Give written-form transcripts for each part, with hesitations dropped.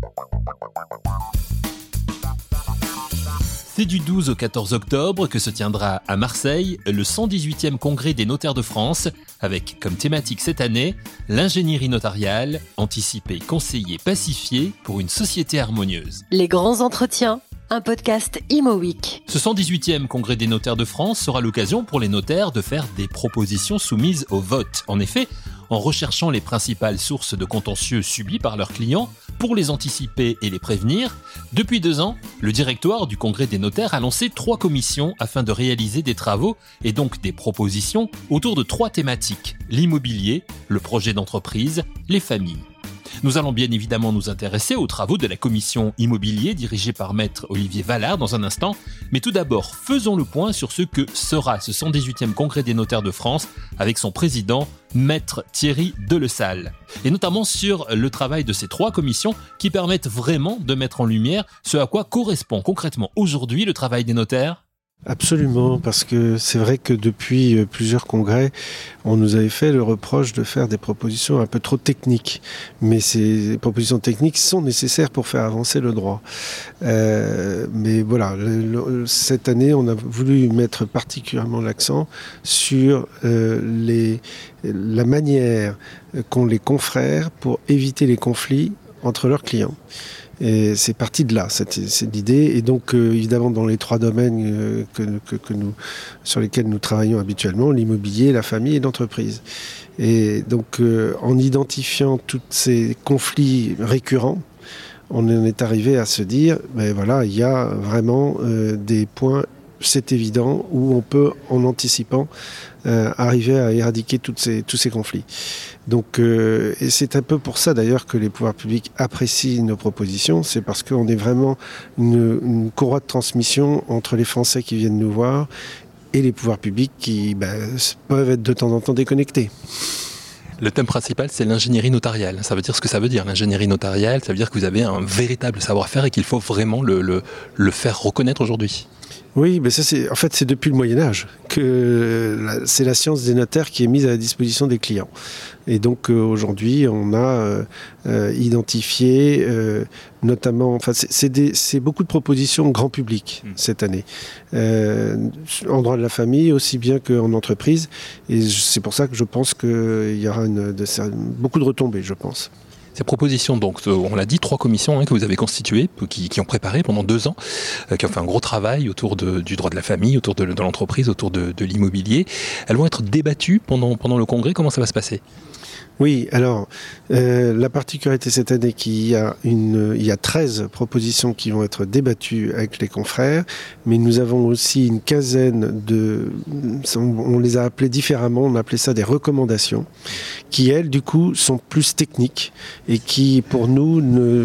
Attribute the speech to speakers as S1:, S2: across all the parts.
S1: C'est du 12 au 14 octobre que se tiendra à Marseille le 118e congrès des notaires de France, avec comme thématique cette année l'ingénierie notariale, anticiper, conseiller, pacifier pour une société harmonieuse.
S2: Les grands entretiens, un podcast Imo Week.
S1: Ce 118e congrès des notaires de France sera l'occasion pour les notaires de faire des propositions soumises au vote. En effet, en recherchant les principales sources de contentieux subis par leurs clients, pour les anticiper et les prévenir, depuis 2 ans, le directoire du Congrès des notaires a lancé 3 commissions afin de réaliser des travaux et donc des propositions autour de 3 thématiques: l'immobilier, le projet d'entreprise, les familles. Nous allons bien évidemment nous intéresser aux travaux de la commission immobilier dirigée par Maître Olivier Vallard dans un instant, mais tout d'abord faisons le point sur ce que sera ce 118e congrès des notaires de France avec son président, Maître Thierry Delessalle, et notamment sur le travail de ces 3 commissions qui permettent vraiment de mettre en lumière ce à quoi correspond concrètement aujourd'hui le travail des notaires.
S3: Absolument, parce que c'est vrai que depuis plusieurs congrès, on nous avait fait le reproche de faire des propositions un peu trop techniques. Mais ces propositions techniques sont nécessaires pour faire avancer le droit. Mais voilà, cette année, on a voulu mettre particulièrement l'accent sur la manière qu'ont les confrères pour éviter les conflits entre leurs clients. Et c'est parti de là, c'est l'idée. Et donc, évidemment, dans les 3 domaines sur lesquels nous travaillons habituellement, l'immobilier, la famille et l'entreprise. Et donc, en identifiant tous ces conflits récurrents, on en est arrivé à se dire, ben voilà, il y a vraiment des points, c'est évident, où on peut, en anticipant, arriver à éradiquer tous ces conflits. Donc, et c'est un peu pour ça d'ailleurs que les pouvoirs publics apprécient nos propositions, c'est parce qu'on est vraiment une courroie de transmission entre les Français qui viennent nous voir et les pouvoirs publics qui peuvent être de temps en temps déconnectés.
S1: Le thème principal, c'est l'ingénierie notariale. Ça veut dire ce que ça veut dire, l'ingénierie notariale. Ça veut dire que vous avez un véritable savoir-faire et qu'il faut vraiment le faire reconnaître aujourd'hui.
S3: Oui, mais ça c'est depuis le Moyen-Âge que c'est la science des notaires qui est mise à la disposition des clients. Et donc aujourd'hui, on a identifié notamment, c'est beaucoup de propositions grand public cette année, en droit de la famille aussi bien qu'en entreprise. Et c'est pour ça que je pense qu'il y aura beaucoup de retombées, je pense.
S1: Ces propositions, donc, on l'a dit, 3 commissions que vous avez constituées, qui ont préparé pendant 2 ans, qui ont fait un gros travail autour du droit de la famille, autour de l'entreprise, autour de l'immobilier. Elles vont être débattues pendant le congrès. Comment ça va se passer ?
S3: Oui, alors, la particularité cette année, il y a 13 propositions qui vont être débattues avec les confrères, mais nous avons aussi une quinzaine on les a appelées différemment, on a appelé ça des recommandations, qui elles, du coup, sont plus techniques et qui, pour nous,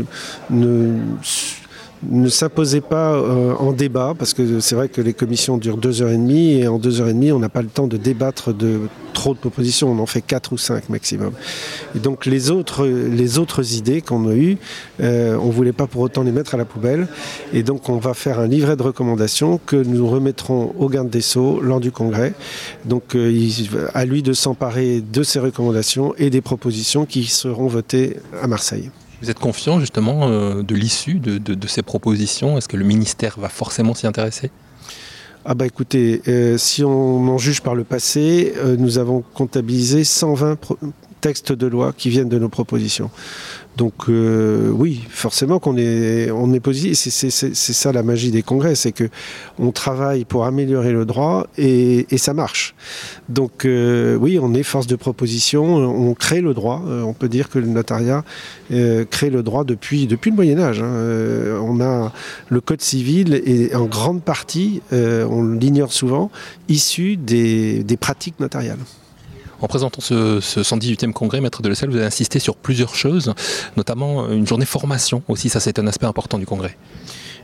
S3: ne s'imposait pas en débat, parce que c'est vrai que les commissions durent 2h30 et en 2h30 on n'a pas le temps de débattre de trop de propositions, on en fait 4 ou 5 maximum. Et donc les autres idées qu'on a eues, on ne voulait pas pour autant les mettre à la poubelle, et donc on va faire un livret de recommandations que nous remettrons au garde des Sceaux lors du congrès. Donc à lui de s'emparer de ces recommandations et des propositions qui seront votées à Marseille.
S1: Vous êtes confiant justement de l'issue de ces propositions ? Est-ce que le ministère va forcément s'y intéresser ?
S3: Écoutez, si on en juge par le passé, nous avons comptabilisé 120 textes de loi qui viennent de nos propositions. Donc oui, forcément qu'on est positif. C'est ça la magie des congrès, c'est que on travaille pour améliorer le droit et ça marche. Donc oui, on est force de proposition, on crée le droit. On peut dire que le notariat crée le droit depuis le Moyen-Âge. On a le Code civil et en grande partie, on l'ignore souvent, issu des pratiques notariales.
S1: En présentant ce 118e congrès, Maître Delessalle, vous avez insisté sur plusieurs choses, notamment une journée formation aussi, ça c'est un aspect important du congrès.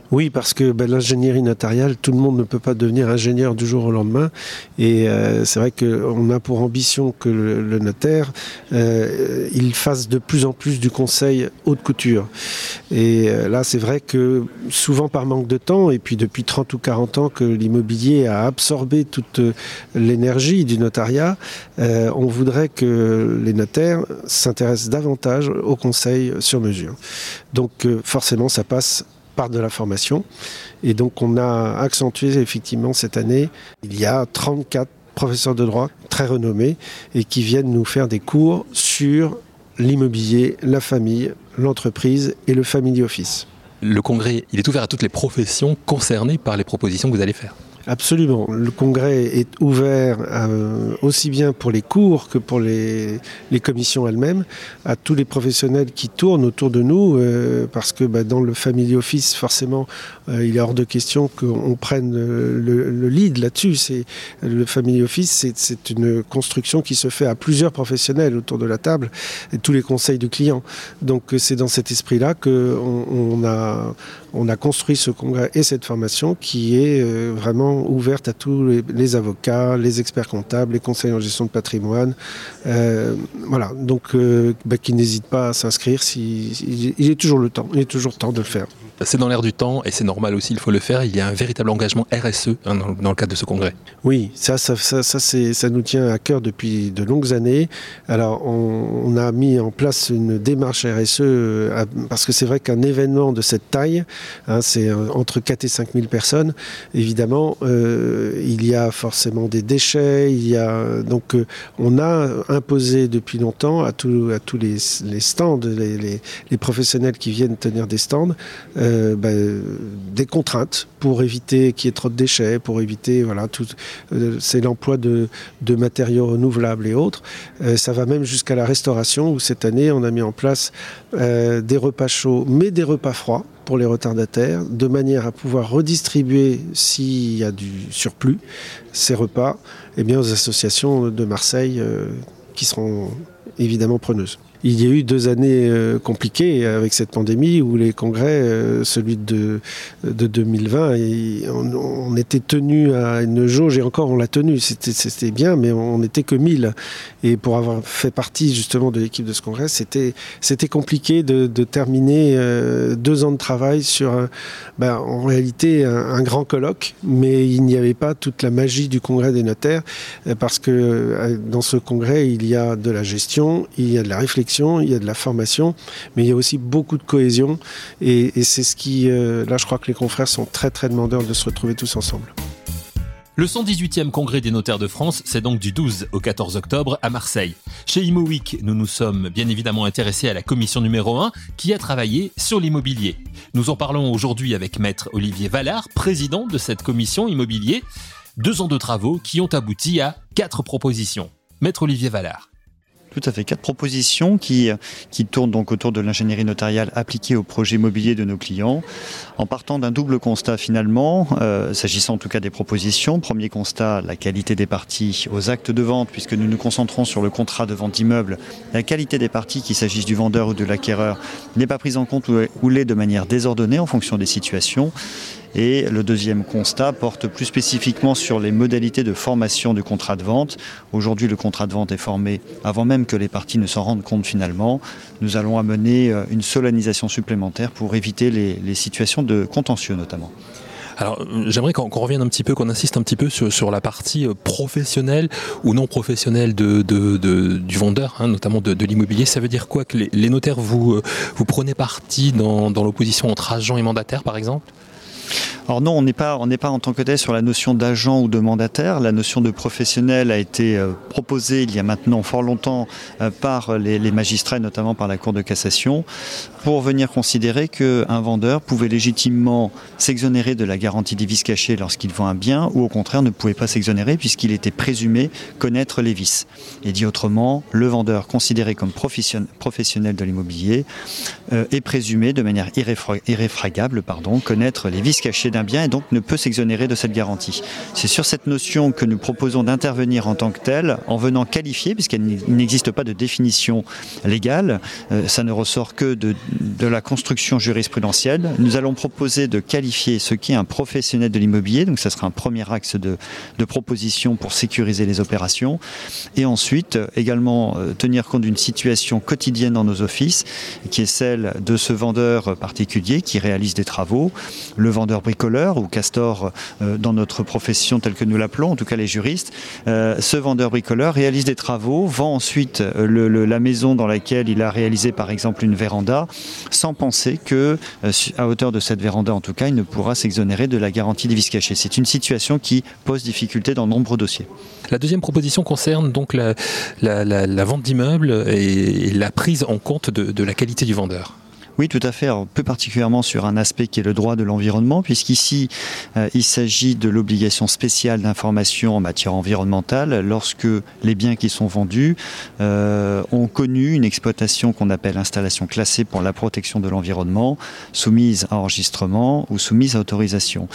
S3: Oui, parce que l'ingénierie notariale, tout le monde ne peut pas devenir ingénieur du jour au lendemain. Et c'est vrai qu'on a pour ambition que le notaire, il fasse de plus en plus du conseil haute couture. Et là, c'est vrai que souvent par manque de temps, et puis depuis 30 ou 40 ans que l'immobilier a absorbé toute l'énergie du notariat, on voudrait que les notaires s'intéressent davantage au conseil sur mesure. Donc forcément, ça passe par de la formation. Et donc on a accentué effectivement cette année, il y a 34 professeurs de droit très renommés et qui viennent nous faire des cours sur l'immobilier, la famille, l'entreprise et le family office.
S1: Le congrès, il est ouvert à toutes les professions concernées par les propositions que vous allez faire.
S3: Absolument. Le congrès est ouvert aussi bien pour les cours que pour les commissions elles-mêmes, à tous les professionnels qui tournent autour de nous, parce que dans le family office, forcément, il est hors de question qu'on prenne le lead là-dessus. Le family office, c'est une construction qui se fait à plusieurs professionnels autour de la table, et tous les conseils du client. Donc c'est dans cet esprit-là qu'on a construit ce congrès et cette formation qui est vraiment ouverte à tous les avocats, les experts comptables, les conseillers en gestion de patrimoine. Voilà, donc qui n'hésitent pas à s'inscrire. Il est toujours le temps, il est toujours temps de le faire.
S1: C'est dans l'air du temps et c'est normal aussi, il faut le faire. Il y a un véritable engagement RSE dans le cadre de ce congrès.
S3: Oui, ça nous tient à cœur depuis de longues années. Alors on a mis en place une démarche RSE parce que c'est vrai qu'un événement de cette taille, c'est entre 4 et 5 000 personnes, évidemment, il y a forcément des déchets, donc on a imposé depuis longtemps à tous les stands, les professionnels qui viennent tenir des stands, des contraintes pour éviter qu'il y ait trop de déchets, pour éviter, c'est l'emploi de matériaux renouvelables et autres. Ça va même jusqu'à la restauration où cette année on a mis en place des repas chauds mais des repas froids pour les retardataires, de manière à pouvoir redistribuer, s'il y a du surplus, ces repas aux associations de Marseille qui seront évidemment preneuses. Il y a eu 2 années compliquées avec cette pandémie où les congrès, celui de 2020, on était tenu à une jauge et encore on l'a tenu, c'était bien, mais on n'était que 1000. Et pour avoir fait partie justement de l'équipe de ce congrès, c'était compliqué de terminer 2 ans de travail sur en réalité un grand colloque, mais il n'y avait pas toute la magie du congrès des notaires parce que dans ce congrès, il y a de la gestion, il y a de la réflexion, il y a de la formation, mais il y a aussi beaucoup de cohésion et c'est ce qui, là je crois que les confrères sont très très demandeurs de se retrouver tous ensemble.
S1: Le 118e congrès des notaires de France, c'est donc du 12 au 14 octobre à Marseille. Chez ImoWeek, nous nous sommes bien évidemment intéressés à la commission numéro 1 qui a travaillé sur l'immobilier. Nous en parlons aujourd'hui avec Maître Olivier Vallard, président de cette commission immobilier. 2 ans de travaux qui ont abouti à 4 propositions. Maître Olivier Vallard.
S4: Tout à fait, 4 propositions qui tournent donc autour de l'ingénierie notariale appliquée au projet immobilier de nos clients, en partant d'un double constat finalement, s'agissant en tout cas des propositions. Premier constat, la qualité des parties aux actes de vente, puisque nous nous concentrons sur le contrat de vente d'immeuble. La qualité des parties, qu'il s'agisse du vendeur ou de l'acquéreur, n'est pas prise en compte ou l'est de manière désordonnée en fonction des situations. Et le deuxième constat porte plus spécifiquement sur les modalités de formation du contrat de vente. Aujourd'hui, le contrat de vente est formé avant même que les parties ne s'en rendent compte finalement. Nous allons amener une solennisation supplémentaire pour éviter les situations de contentieux notamment.
S1: Alors, j'aimerais qu'on revienne un petit peu, qu'on insiste un petit peu sur la partie professionnelle ou non professionnelle du vendeur, notamment de l'immobilier. Ça veut dire quoi que les notaires, vous prenez parti dans l'opposition entre agent et mandataire, par exemple ?
S4: Alors non, on n'est pas en tant que tel sur la notion d'agent ou de mandataire. La notion de professionnel a été proposée il y a maintenant fort longtemps par les magistrats, notamment par la Cour de cassation, pour venir considérer qu'un vendeur pouvait légitimement s'exonérer de la garantie des vices cachés lorsqu'il vend un bien, ou au contraire ne pouvait pas s'exonérer puisqu'il était présumé connaître les vices. Et dit autrement, le vendeur considéré comme professionnel de l'immobilier est présumé de manière irréfragable connaître les vices cachés d'un bien et donc ne peut s'exonérer de cette garantie. C'est sur cette notion que nous proposons d'intervenir en tant que telle, en venant qualifier, puisqu'il n'existe pas de définition légale, ça ne ressort que de la construction jurisprudentielle. Nous allons proposer de qualifier ce qu'est un professionnel de l'immobilier, donc ça sera un premier axe de proposition pour sécuriser les opérations, et ensuite également tenir compte d'une situation quotidienne dans nos offices, qui est celle de ce vendeur particulier qui réalise des travaux, le vendeur bricoleur, ou castor dans notre profession telle que nous l'appelons, en tout cas les juristes. Ce vendeur bricoleur réalise des travaux, vend ensuite la maison dans laquelle il a réalisé par exemple une véranda, sans penser que, à hauteur de cette véranda en tout cas, il ne pourra s'exonérer de la garantie des vices cachés. C'est une situation qui pose difficulté dans de nombreux dossiers.
S1: La deuxième proposition concerne donc la vente d'immeubles et la prise en compte de la qualité du vendeur.
S4: Oui, tout à fait. Alors, plus particulièrement sur un aspect qui est le droit de l'environnement, puisqu'ici, il s'agit de l'obligation spéciale d'information en matière environnementale lorsque les biens qui sont vendus ont connu une exploitation qu'on appelle installation classée pour la protection de l'environnement, soumise à enregistrement ou soumise à autorisation.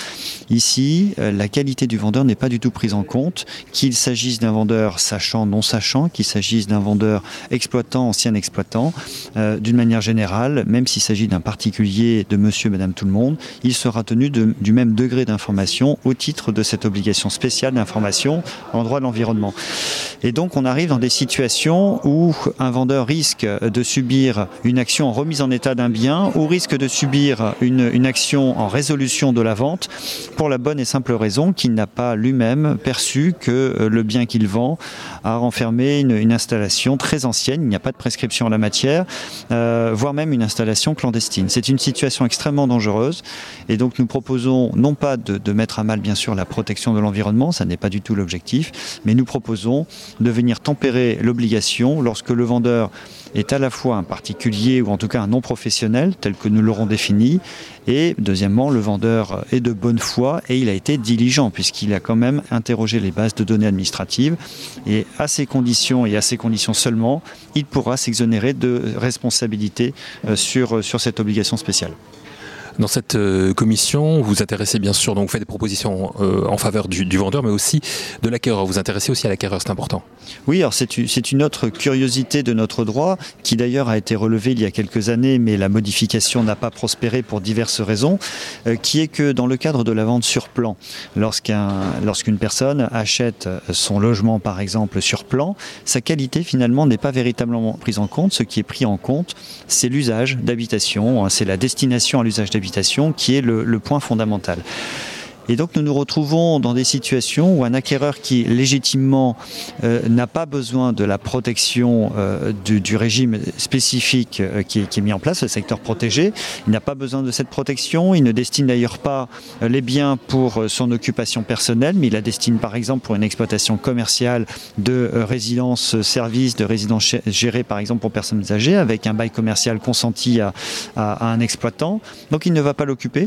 S4: Ici, la qualité du vendeur n'est pas du tout prise en compte, qu'il s'agisse d'un vendeur sachant, non sachant, qu'il s'agisse d'un vendeur exploitant, ancien exploitant, d'une manière générale, même s'il s'agit d'un particulier, de monsieur, madame, tout le monde, il sera tenu du même degré d'information au titre de cette obligation spéciale d'information en droit de l'environnement. Et donc on arrive dans des situations où un vendeur risque de subir une action en remise en état d'un bien ou risque de subir une action en résolution de la vente pour la bonne et simple raison qu'il n'a pas lui-même perçu que le bien qu'il vend a renfermé une installation très ancienne, il n'y a pas de prescription en la matière, voire même une installation clandestine. C'est une situation extrêmement dangereuse et donc nous proposons non pas de mettre à mal bien sûr la protection de l'environnement, ça n'est pas du tout l'objectif, mais nous proposons de venir tempérer l'obligation lorsque le vendeur est à la fois un particulier ou en tout cas un non professionnel tel que nous l'aurons défini, et deuxièmement le vendeur est de bonne foi et il a été diligent puisqu'il a quand même interrogé les bases de données administratives et à ces conditions et à ces conditions seulement il pourra s'exonérer de responsabilité sur cette obligation spéciale.
S1: Dans cette commission, vous vous intéressez bien sûr, donc vous faites des propositions en faveur du vendeur, mais aussi de l'acquéreur. Vous vous intéressez aussi à l'acquéreur, c'est important.
S4: Oui, alors c'est une autre curiosité de notre droit, qui d'ailleurs a été relevée il y a quelques années, mais la modification n'a pas prospéré pour diverses raisons, qui est que dans le cadre de la vente sur plan, lorsqu'une personne achète son logement par exemple sur plan, sa qualité finalement n'est pas véritablement prise en compte. Ce qui est pris en compte, c'est l'usage d'habitation, c'est la destination à l'usage d'habitation qui est le point fondamental. Et donc nous nous retrouvons dans des situations où un acquéreur qui légitimement n'a pas besoin de la protection du régime spécifique qui est mis en place, le secteur protégé, il n'a pas besoin de cette protection, il ne destine d'ailleurs pas les biens pour son occupation personnelle, mais il la destine par exemple pour une exploitation commerciale de résidence-service, de résidence gérée par exemple pour personnes âgées, avec un bail commercial consenti à un exploitant, donc il ne va pas l'occuper.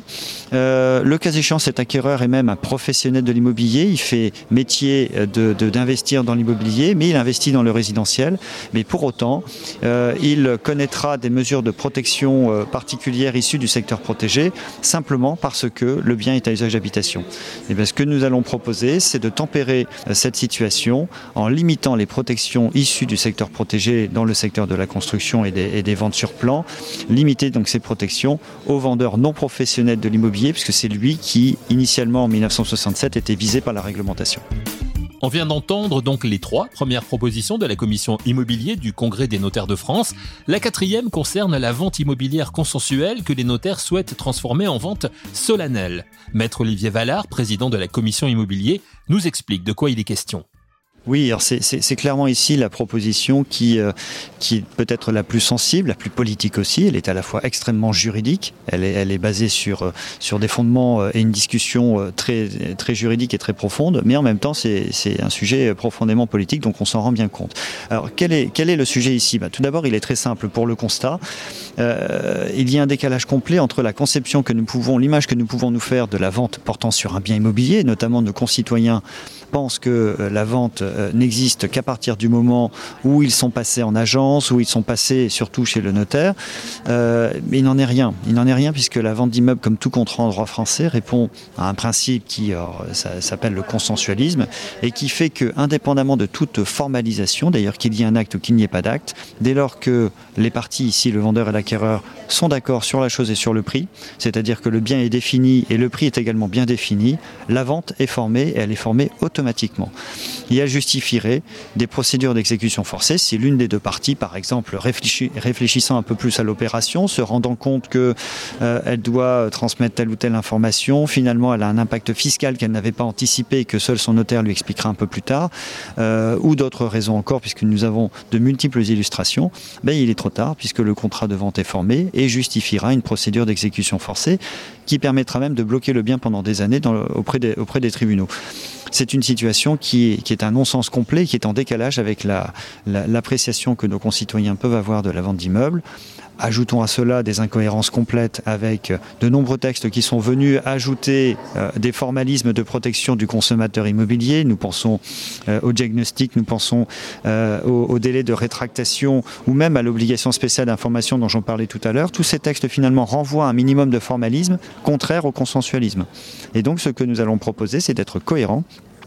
S4: Le cas échéant, cet acquéreur est même un professionnel de l'immobilier, il fait métier d'investir dans l'immobilier, mais il investit dans le résidentiel, mais pour autant il connaîtra des mesures de protection particulières issues du secteur protégé, simplement parce que le bien est à usage d'habitation. Et bien, ce que nous allons proposer, c'est de tempérer cette situation en limitant les protections issues du secteur protégé dans le secteur de la construction et des ventes sur plan, limiter donc ces protections aux vendeurs non professionnels de l'immobilier, puisque c'est lui qui, initialement en 1967, était visé par la réglementation.
S1: On vient d'entendre donc les 3 premières propositions de la commission immobilier du Congrès des notaires de France. La 4e concerne la vente immobilière consensuelle que les notaires souhaitent transformer en vente solennelle. Maître Olivier Vallard, président de la commission immobilier, nous explique de quoi il est question.
S4: Oui, alors c'est clairement ici la proposition qui peut être la plus sensible, la plus politique aussi. Elle est à la fois extrêmement juridique, elle est basée sur des fondements et une discussion très, très juridique et très profonde, mais en même temps c'est un sujet profondément politique, donc on s'en rend bien compte. Alors quel est le sujet ici ? Tout d'abord, il est très simple pour le constat. Il y a un décalage complet entre la conception l'image que nous pouvons nous faire de la vente portant sur un bien immobilier, notamment nos concitoyens pensent que la vente n'existent qu'à partir du moment où ils sont passés en agence, où ils sont passés surtout chez le notaire. Mais il n'en est rien. Il n'en est rien puisque la vente d'immeubles, comme tout contrat en droit français, répond à un principe qui ça s'appelle le consensualisme et qui fait que, indépendamment de toute formalisation, d'ailleurs qu'il y ait un acte ou qu'il n'y ait pas d'acte, dès lors que les parties, ici le vendeur et l'acquéreur, sont d'accord sur la chose et sur le prix, c'est-à-dire que le bien est défini et le prix est également bien défini, la vente est formée et elle est formée automatiquement. Et elle justifierait des procédures d'exécution forcée si l'une des deux parties, par exemple, réfléchissant un peu plus à l'opération, se rendant compte qu'elle doit transmettre telle ou telle information, finalement elle a un impact fiscal qu'elle n'avait pas anticipé et que seul son notaire lui expliquera un peu plus tard, ou d'autres raisons encore, puisque nous avons de multiples illustrations, il est trop tard puisque le contrat de vente est formé et justifiera une procédure d'exécution forcée qui permettra même de bloquer le bien pendant des années auprès des tribunaux. C'est une situation qui est un non-sens complet, qui est en décalage avec l'appréciation que nos concitoyens peuvent avoir de la vente d'immeubles. Ajoutons à cela des incohérences complètes avec de nombreux textes qui sont venus ajouter des formalismes de protection du consommateur immobilier. Nous pensons au diagnostic, nous pensons au délai de rétractation ou même à l'obligation spéciale d'information dont j'en parlais tout à l'heure. Tous ces textes finalement renvoient à un minimum de formalisme contraire au consensualisme. Et donc ce que nous allons proposer, c'est d'être cohérents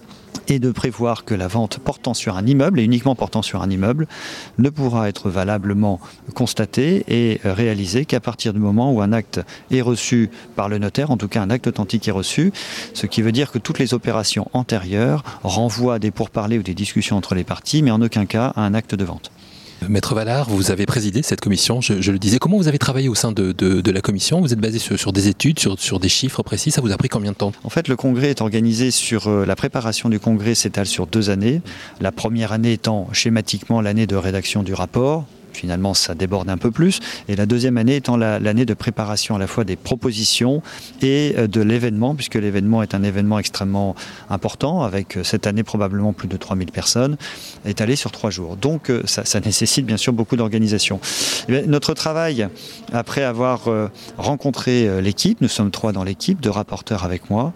S4: et de prévoir que la vente portant sur un immeuble, et uniquement portant sur un immeuble, ne pourra être valablement constatée et réalisée qu'à partir du moment où un acte est reçu par le notaire, en tout cas un acte authentique est reçu, ce qui veut dire que toutes les opérations antérieures renvoient à des pourparlers ou des discussions entre les parties, mais en aucun cas à un acte de vente.
S1: Maître Valard, vous avez présidé cette commission, je le disais. Comment vous avez travaillé au sein de la commission? Vous êtes basé sur des études, sur des chiffres précis. Ça vous a pris combien de temps?
S4: En fait, le congrès est organisé sur... la préparation du congrès s'étale sur 2 années. La première année étant schématiquement l'année de rédaction du rapport. Finalement, ça déborde un peu plus. Et la deuxième année étant l'année de préparation à la fois des propositions et de l'événement, puisque l'événement est un événement extrêmement important, avec cette année probablement plus de 3000 personnes, étalé sur 3 jours. Donc, ça nécessite bien sûr beaucoup d'organisation. Notre travail, après avoir rencontré l'équipe, nous sommes 3 dans l'équipe, 2 rapporteurs avec moi,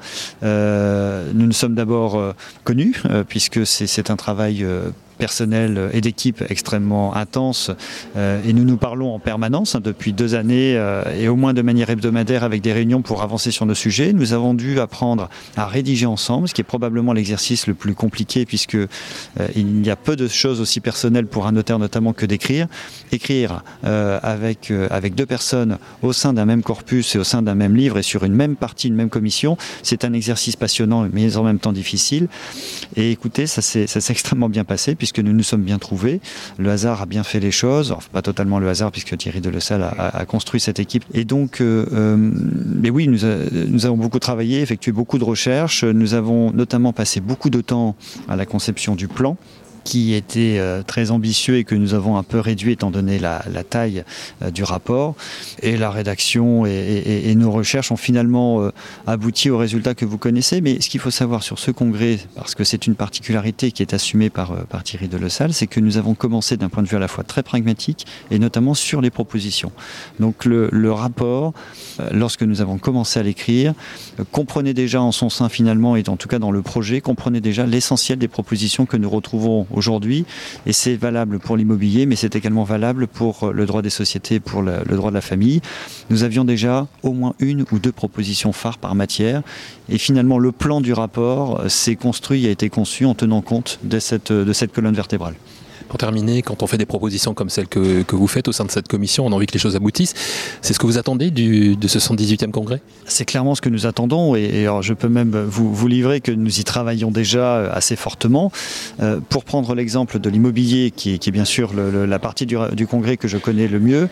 S4: nous nous sommes d'abord connus, puisque c'est un travail personnel et d'équipe extrêmement intense et nous nous parlons en permanence depuis 2 années et au moins de manière hebdomadaire avec des réunions pour avancer sur nos sujets. Nous avons dû apprendre à rédiger ensemble, ce qui est probablement l'exercice le plus compliqué puisque il y a peu de choses aussi personnelles pour un notaire notamment que d'écrire. Écrire avec 2 personnes au sein d'un même corpus et au sein d'un même livre et sur une même partie, une même commission, c'est un exercice passionnant mais en même temps difficile. Et écoutez, ça s'est extrêmement bien passé puisque nous nous sommes bien trouvés. Le hasard a bien fait les choses, enfin, pas totalement le hasard puisque Thierry Delessal a construit cette équipe. Et donc, mais oui, nous avons beaucoup travaillé, effectué beaucoup de recherches. Nous avons notamment passé beaucoup de temps à la conception du plan, qui était très ambitieux et que nous avons un peu réduit étant donné la taille du rapport. Et la rédaction et nos recherches ont finalement abouti au résultat que vous connaissez. Mais ce qu'il faut savoir sur ce congrès, parce que c'est une particularité qui est assumée par Thierry Delessal, c'est que nous avons commencé d'un point de vue à la fois très pragmatique et notamment sur les propositions. Donc le rapport, lorsque nous avons commencé à l'écrire, comprenait déjà en son sein finalement, et en tout cas dans le projet, comprenait déjà l'essentiel des propositions que nous retrouvons aujourd'hui, et c'est valable pour l'immobilier, mais c'est également valable pour le droit des sociétés, pour le droit de la famille. Nous avions déjà au moins 1 ou 2 propositions phares par matière, et finalement le plan du rapport s'est construit, a été conçu en tenant compte de cette colonne vertébrale.
S1: Pour terminer, quand on fait des propositions comme celles que vous faites au sein de cette commission, on a envie que les choses aboutissent. C'est ce que vous attendez de ce 118e congrès?
S4: C'est clairement ce que nous attendons et alors je peux même vous livrer que nous y travaillons déjà assez fortement. Pour prendre l'exemple de l'immobilier, qui est bien sûr la partie du congrès que je connais le mieux,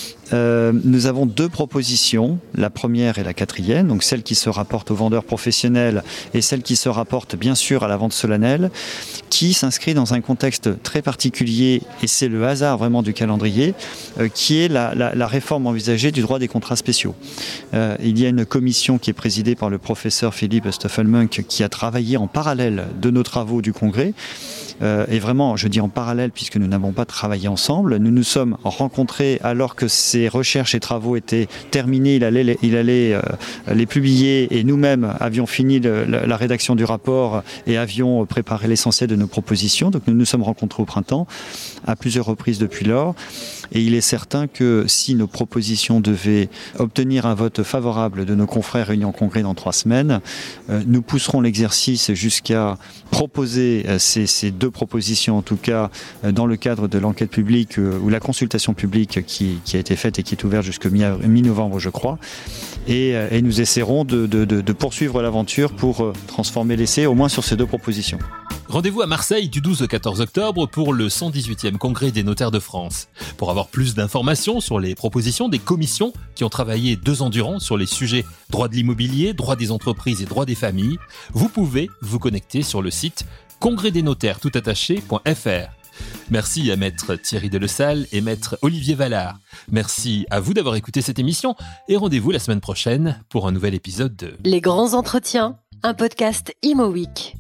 S4: nous avons 2 propositions, la première et la 4e, donc celle qui se rapporte aux vendeurs professionnels et celle qui se rapporte bien sûr à la vente solennelle, qui s'inscrit dans un contexte très particulier, et c'est le hasard vraiment du calendrier, qui est la réforme envisagée du droit des contrats spéciaux. Il y a une commission qui est présidée par le professeur Philippe Stoffelmunk qui a travaillé en parallèle de nos travaux du congrès, et vraiment, je dis en parallèle puisque nous n'avons pas travaillé ensemble, nous nous sommes rencontrés alors que ces recherches et travaux étaient terminés, il allait les publier et nous-mêmes avions fini la rédaction du rapport et avions préparé l'essentiel de nos propositions. Donc nous nous sommes rencontrés au printemps à plusieurs reprises depuis lors. Et il est certain que si nos propositions devaient obtenir un vote favorable de nos confrères réunis en congrès dans 3 semaines, nous pousserons l'exercice jusqu'à proposer ces 2 propositions, en tout cas dans le cadre de l'enquête publique ou la consultation publique qui a été faite et qui est ouverte jusqu'au mi-novembre, je crois. Et nous essaierons de poursuivre l'aventure pour transformer l'essai au moins sur ces 2 propositions.
S1: Rendez-vous à Marseille du 12 au 14 octobre pour le 118e Congrès des notaires de France. Pour avoir plus d'informations sur les propositions des commissions qui ont travaillé 2 ans durant sur les sujets droit de l'immobilier, droit des entreprises et droit des familles, vous pouvez vous connecter sur le site congrèsdesnotaires.fr. Merci à maître Thierry Delesalle et maître Olivier Vallard. Merci à vous d'avoir écouté cette émission et rendez-vous la semaine prochaine pour un nouvel épisode de
S2: Les grands entretiens, un podcast Imo Week.